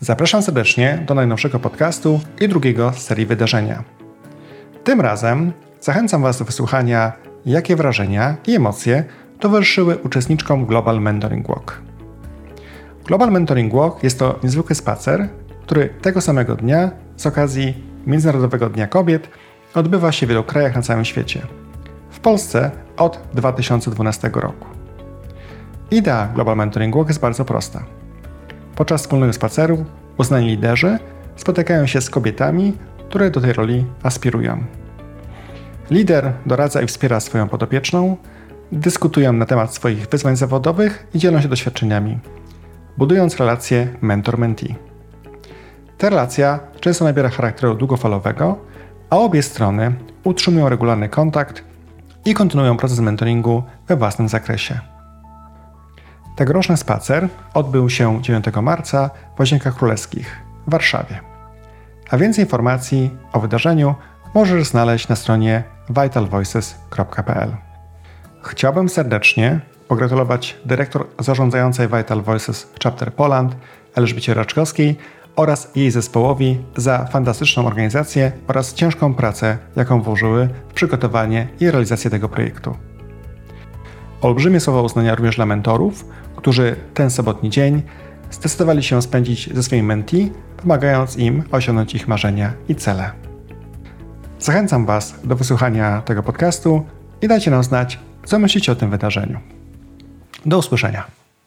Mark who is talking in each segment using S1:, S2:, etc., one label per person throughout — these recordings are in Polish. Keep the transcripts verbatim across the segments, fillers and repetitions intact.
S1: Zapraszam serdecznie do najnowszego podcastu i drugiego z serii wydarzenia. Tym razem zachęcam Was do wysłuchania, jakie wrażenia i emocje towarzyszyły uczestniczkom Global Mentoring Walk. Global Mentoring Walk jest to niezwykły spacer, który tego samego dnia z okazji Międzynarodowego Dnia Kobiet odbywa się w wielu krajach na całym świecie. W Polsce od dwa tysiące dwunastego roku. Idea Global Mentoring Walk jest bardzo prosta. Podczas wspólnego spaceru uznani liderzy spotykają się z kobietami, które do tej roli aspirują. Lider doradza i wspiera swoją podopieczną, dyskutują na temat swoich wyzwań zawodowych i dzielą się doświadczeniami, budując relację mentor-mentee. Ta relacja często nabiera charakteru długofalowego, a obie strony utrzymują regularny kontakt i kontynuują proces mentoringu we własnym zakresie. Tegoroczny spacer odbył się dziewiątego marca w Łazienkach Królewskich w Warszawie. A więcej informacji o wydarzeniu możesz znaleźć na stronie vital voices kropka p l. Chciałbym serdecznie pogratulować dyrektor zarządzającej Vital Voices Chapter Poland Elżbiecie Raczkowskiej oraz jej zespołowi za fantastyczną organizację oraz ciężką pracę, jaką włożyły w przygotowanie i realizację tego projektu. Olbrzymie słowa uznania również dla mentorów, którzy ten sobotni dzień zdecydowali się spędzić ze swoimi mentee, pomagając im osiągnąć ich marzenia i cele. Zachęcam Was do wysłuchania tego podcastu i dajcie nam znać, co myślicie o tym wydarzeniu. Do usłyszenia.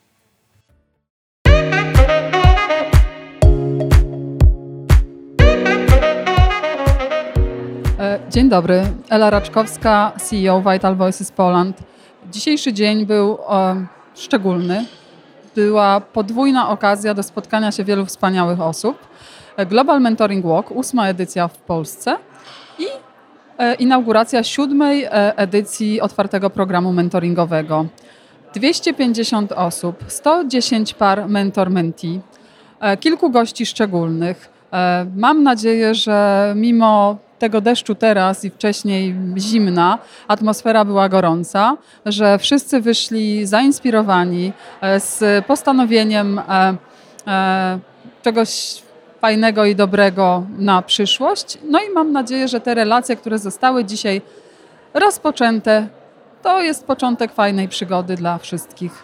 S2: Dzień dobry, Ela Raczkowska, C E O Vital Voices Poland. Dzisiejszy dzień był e, szczególny. Była podwójna okazja do spotkania się wielu wspaniałych osób. Global Mentoring Walk, ósma edycja w Polsce i e, inauguracja siódmej e, edycji otwartego programu mentoringowego. dwieście pięćdziesiąt osób, sto dziesięć par mentor-mentee, e, kilku gości szczególnych. E, mam nadzieję, że mimo tego deszczu teraz i wcześniej zimna, atmosfera była gorąca, że wszyscy wyszli zainspirowani z postanowieniem e, e, czegoś fajnego i dobrego na przyszłość. No i mam nadzieję, że te relacje, które zostały dzisiaj rozpoczęte, to jest początek fajnej przygody dla wszystkich.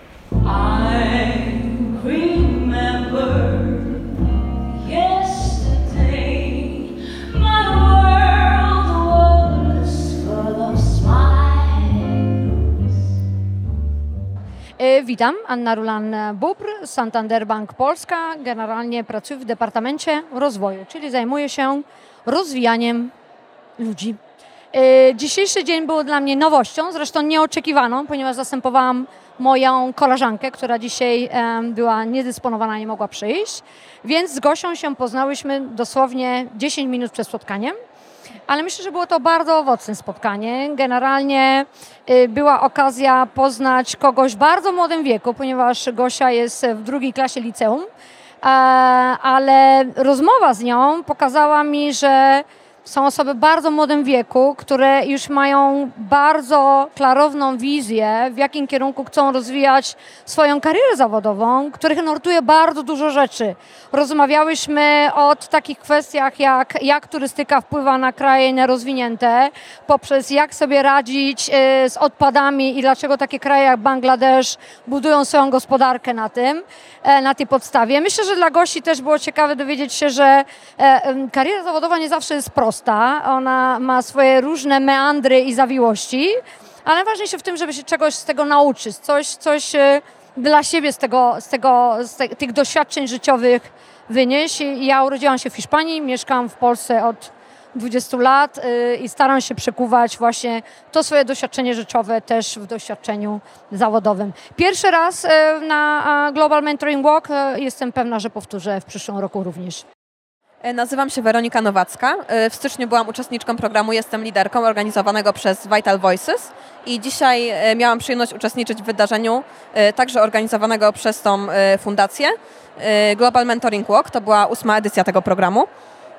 S3: Witam, Anna Rulan-Bubr, Santander Bank Polska. Generalnie pracuję w Departamencie Rozwoju, czyli zajmuję się rozwijaniem ludzi. Dzisiejszy dzień był dla mnie nowością, zresztą nieoczekiwaną, ponieważ zastępowałam moją koleżankę, która dzisiaj była niedysponowana, nie mogła przyjść, więc z Gosią się poznałyśmy dosłownie dziesięć minut przed spotkaniem. Ale myślę, że było to bardzo owocne spotkanie. Generalnie y, była okazja poznać kogoś w bardzo młodym wieku, ponieważ Gosia jest w drugiej klasie liceum, e, ale rozmowa z nią pokazała mi, że są osoby w bardzo młodym wieku, które już mają bardzo klarowną wizję, w jakim kierunku chcą rozwijać swoją karierę zawodową, których nurtuje bardzo dużo rzeczy. Rozmawiałyśmy o takich kwestiach jak, jak turystyka wpływa na kraje nierozwinięte, poprzez jak sobie radzić y, z odpadami i dlaczego takie kraje jak Bangladesz budują swoją gospodarkę na tym, e, na tej podstawie. Myślę, że dla Gosi też było ciekawe dowiedzieć się, że e, e, kariera zawodowa nie zawsze jest prosta. Ona ma swoje różne meandry i zawiłości, ale najważniejsze w tym, żeby się czegoś z tego nauczyć, coś, coś dla siebie z, tego, z, tego, z te, tych doświadczeń życiowych wynieść. Ja urodziłam się w Hiszpanii, mieszkam w Polsce od dwudziestu lat i staram się przekuwać właśnie to swoje doświadczenie życiowe też w doświadczeniu zawodowym. Pierwszy raz na Global Mentoring Walk, jestem pewna, że powtórzę w przyszłym roku również.
S4: Nazywam się Weronika Nowacka. W styczniu byłam uczestniczką programu Jestem liderką organizowanego przez Vital Voices i dzisiaj miałam przyjemność uczestniczyć w wydarzeniu także organizowanego przez tą fundację Global Mentoring Walk. To była ósma edycja tego programu.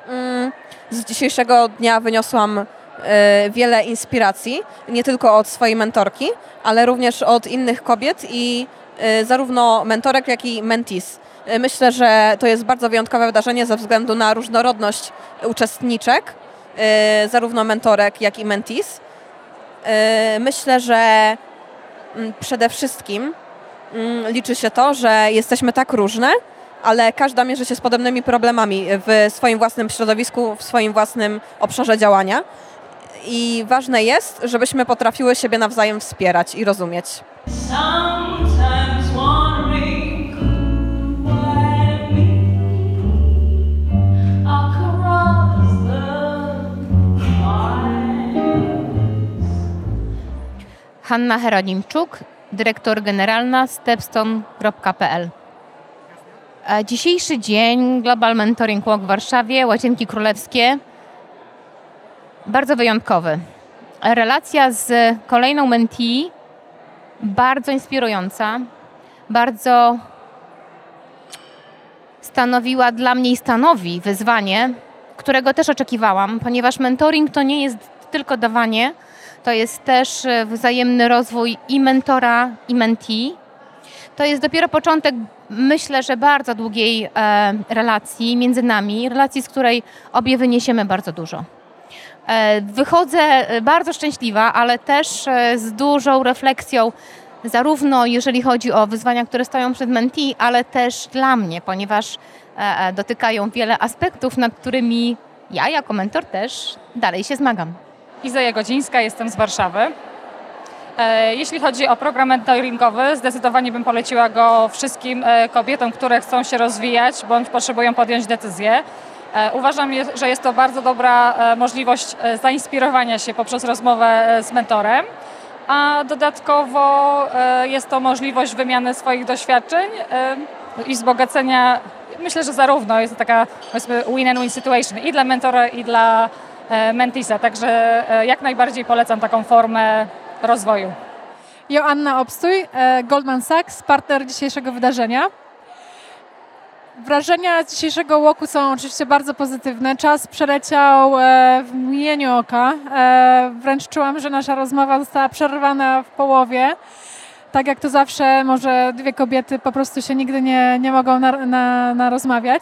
S4: Z dzisiejszego dnia wyniosłam wiele inspiracji, nie tylko od swojej mentorki, ale również od innych kobiet i zarówno mentorek, jak i mentees. Myślę, że to jest bardzo wyjątkowe wydarzenie ze względu na różnorodność uczestniczek, zarówno mentorek, jak i mentees. Myślę, że przede wszystkim liczy się to, że jesteśmy tak różne, ale każda mierzy się z podobnymi problemami w swoim własnym środowisku, w swoim własnym obszarze działania. I ważne jest, żebyśmy potrafiły siebie nawzajem wspierać i rozumieć.
S5: Hanna Heronimczuk, dyrektor generalna stepstone kropka p l. Dzisiejszy dzień Global Mentoring Walk w Warszawie, Łazienki Królewskie, bardzo wyjątkowy. Relacja z kolejną mentee bardzo inspirująca, bardzo stanowiła dla mnie i stanowi wyzwanie, którego też oczekiwałam, ponieważ mentoring to nie jest tylko dawanie, to jest też wzajemny rozwój i mentora, i mentee. To jest dopiero początek, myślę, że bardzo długiej e, relacji między nami, relacji, z której obie wyniesiemy bardzo dużo. E, wychodzę bardzo szczęśliwa, ale też e, z dużą refleksją, zarówno jeżeli chodzi o wyzwania, które stoją przed mentee, ale też dla mnie, ponieważ e, dotykają wiele aspektów, nad którymi ja jako mentor też dalej się zmagam.
S6: Iza Jagodzińska, jestem z Warszawy. Jeśli chodzi o program mentoringowy, zdecydowanie bym poleciła go wszystkim kobietom, które chcą się rozwijać bądź potrzebują podjąć decyzję. Uważam, że jest to bardzo dobra możliwość zainspirowania się poprzez rozmowę z mentorem, a dodatkowo jest to możliwość wymiany swoich doświadczeń i wzbogacenia. Myślę, że zarówno jest to taka, powiedzmy, win and win situation i dla mentora, i dla menteesa, także jak najbardziej polecam taką formę rozwoju.
S2: Joanna Obstój, Goldman Sachs, partner dzisiejszego wydarzenia. Wrażenia z dzisiejszego walku są oczywiście bardzo pozytywne. Czas przeleciał w mgnieniu oka. Wręcz czułam, że nasza rozmowa została przerwana w połowie. Tak jak to zawsze, może dwie kobiety po prostu się nigdy nie, nie mogą na, na, narozmawiać.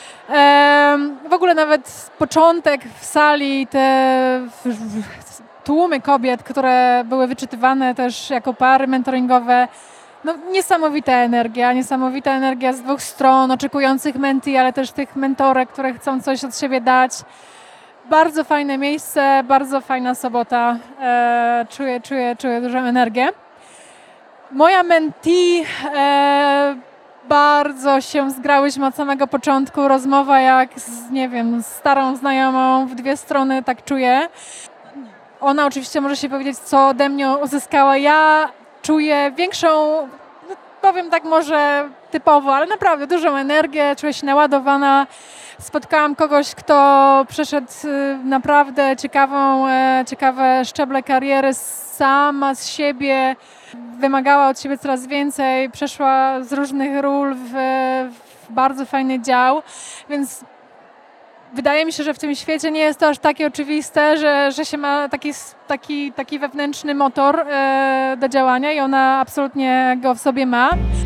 S2: W ogóle nawet początek w sali, te tłumy kobiet, które były wyczytywane też jako pary mentoringowe, no niesamowita energia, niesamowita energia z dwóch stron, oczekujących mentee, ale też tych mentorek, które chcą coś od siebie dać. Bardzo fajne miejsce, bardzo fajna sobota, czuję, czuję, czuję dużą energię. Moja mentee, e, bardzo się zgrałyśmy od samego początku. Rozmowa jak z, nie wiem, z starą znajomą w dwie strony, tak czuję. Ona oczywiście może się powiedzieć, co ode mnie uzyskała. Ja czuję większą, no, powiem tak może typowo, ale naprawdę dużą energię, czuję się naładowana. Spotkałam kogoś, kto przeszedł naprawdę ciekawą, ciekawe szczeble kariery, sama z siebie, wymagała od siebie coraz więcej, przeszła z różnych ról w, w bardzo fajny dział, więc wydaje mi się, że w tym świecie nie jest to aż takie oczywiste, że, że się ma taki, taki, taki wewnętrzny motor e, do działania i ona absolutnie go w sobie ma.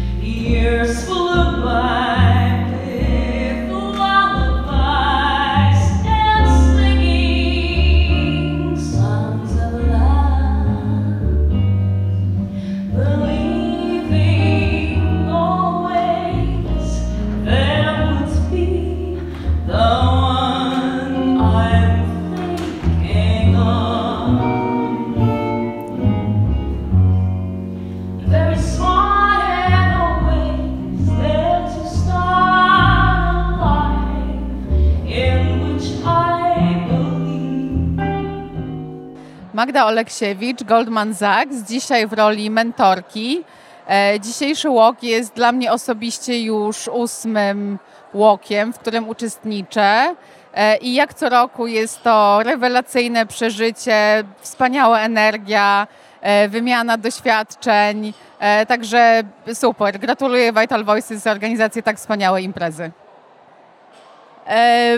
S7: Magda Oleksiewicz, Goldman Sachs, dzisiaj w roli mentorki. E, dzisiejszy walk jest dla mnie osobiście już ósmym walkiem, w którym uczestniczę. E, I jak co roku jest to rewelacyjne przeżycie, wspaniała energia, e, wymiana doświadczeń. E, także super. Gratuluję Vital Voices za organizację tak wspaniałej imprezy. E,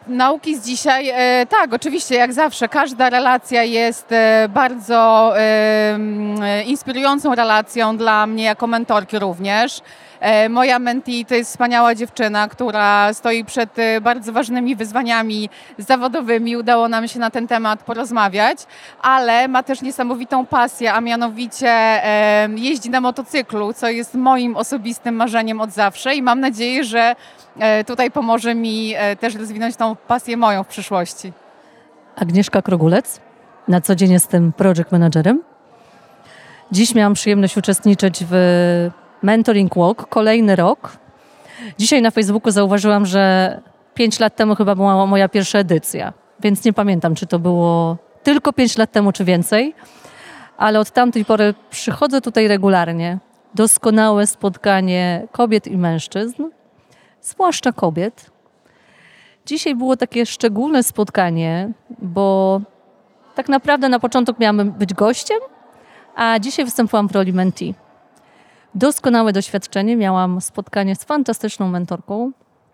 S7: Nauki z dzisiaj, e, tak, oczywiście, jak zawsze. Każda relacja jest e, bardzo e, inspirującą relacją dla mnie jako mentorki również. E, moja mentee to jest wspaniała dziewczyna, która stoi przed e, bardzo ważnymi wyzwaniami zawodowymi. Udało nam się na ten temat porozmawiać, ale ma też niesamowitą pasję, a mianowicie e, jeździ na motocyklu, co jest moim osobistym marzeniem od zawsze i mam nadzieję, że e, tutaj pomoże mi e, też rozwinąć tą pasję moją w przyszłości.
S8: Agnieszka Krogulec. Na co dzień jestem project managerem. Dziś miałam przyjemność uczestniczyć w Mentoring Walk, kolejny rok. Dzisiaj na Facebooku zauważyłam, że pięć lat temu chyba była moja pierwsza edycja, więc nie pamiętam, czy to było tylko pięć lat temu, czy więcej, ale od tamtej pory przychodzę tutaj regularnie. Doskonałe spotkanie kobiet i mężczyzn, zwłaszcza kobiet. Dzisiaj było takie szczególne spotkanie, bo tak naprawdę na początek miałam być gościem, a dzisiaj występowałam w roli mentee. Doskonałe doświadczenie, miałam spotkanie z fantastyczną mentorką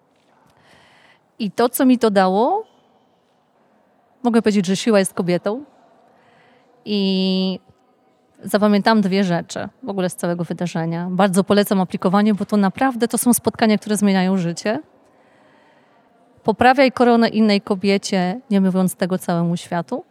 S8: i to, co mi to dało, mogę powiedzieć, że siła jest kobietą i zapamiętałam dwie rzeczy w ogóle z całego wydarzenia. Bardzo polecam aplikowanie, bo to naprawdę to są spotkania, które zmieniają życie. Poprawiaj koronę innej kobiecie, nie mówiąc tego całemu światu.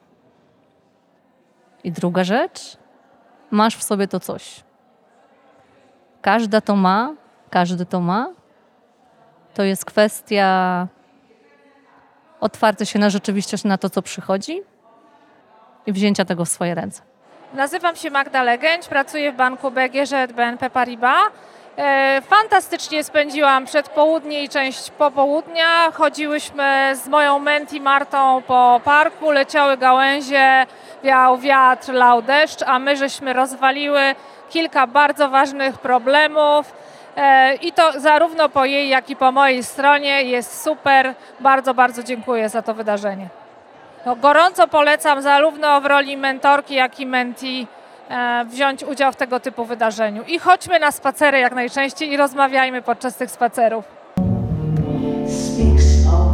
S8: I druga rzecz, masz w sobie to coś. Każda to ma, każdy to ma. To jest kwestia otwarcia się na rzeczywistość, na to, co przychodzi i wzięcia tego w swoje ręce.
S9: Nazywam się Magda Legędź, pracuję w banku B G Ż B N P Paribas. Fantastycznie spędziłam przedpołudnie i część popołudnia. Chodziłyśmy z moją mentee Martą po parku, leciały gałęzie, wiał wiatr, lał deszcz, a my żeśmy rozwaliły kilka bardzo ważnych problemów i to zarówno po jej, jak i po mojej stronie jest super. Bardzo, bardzo dziękuję za to wydarzenie. No, gorąco polecam zarówno w roli mentorki, jak i mentee wziąć udział w tego typu wydarzeniu. I chodźmy na spacery jak najczęściej i rozmawiajmy podczas tych spacerów.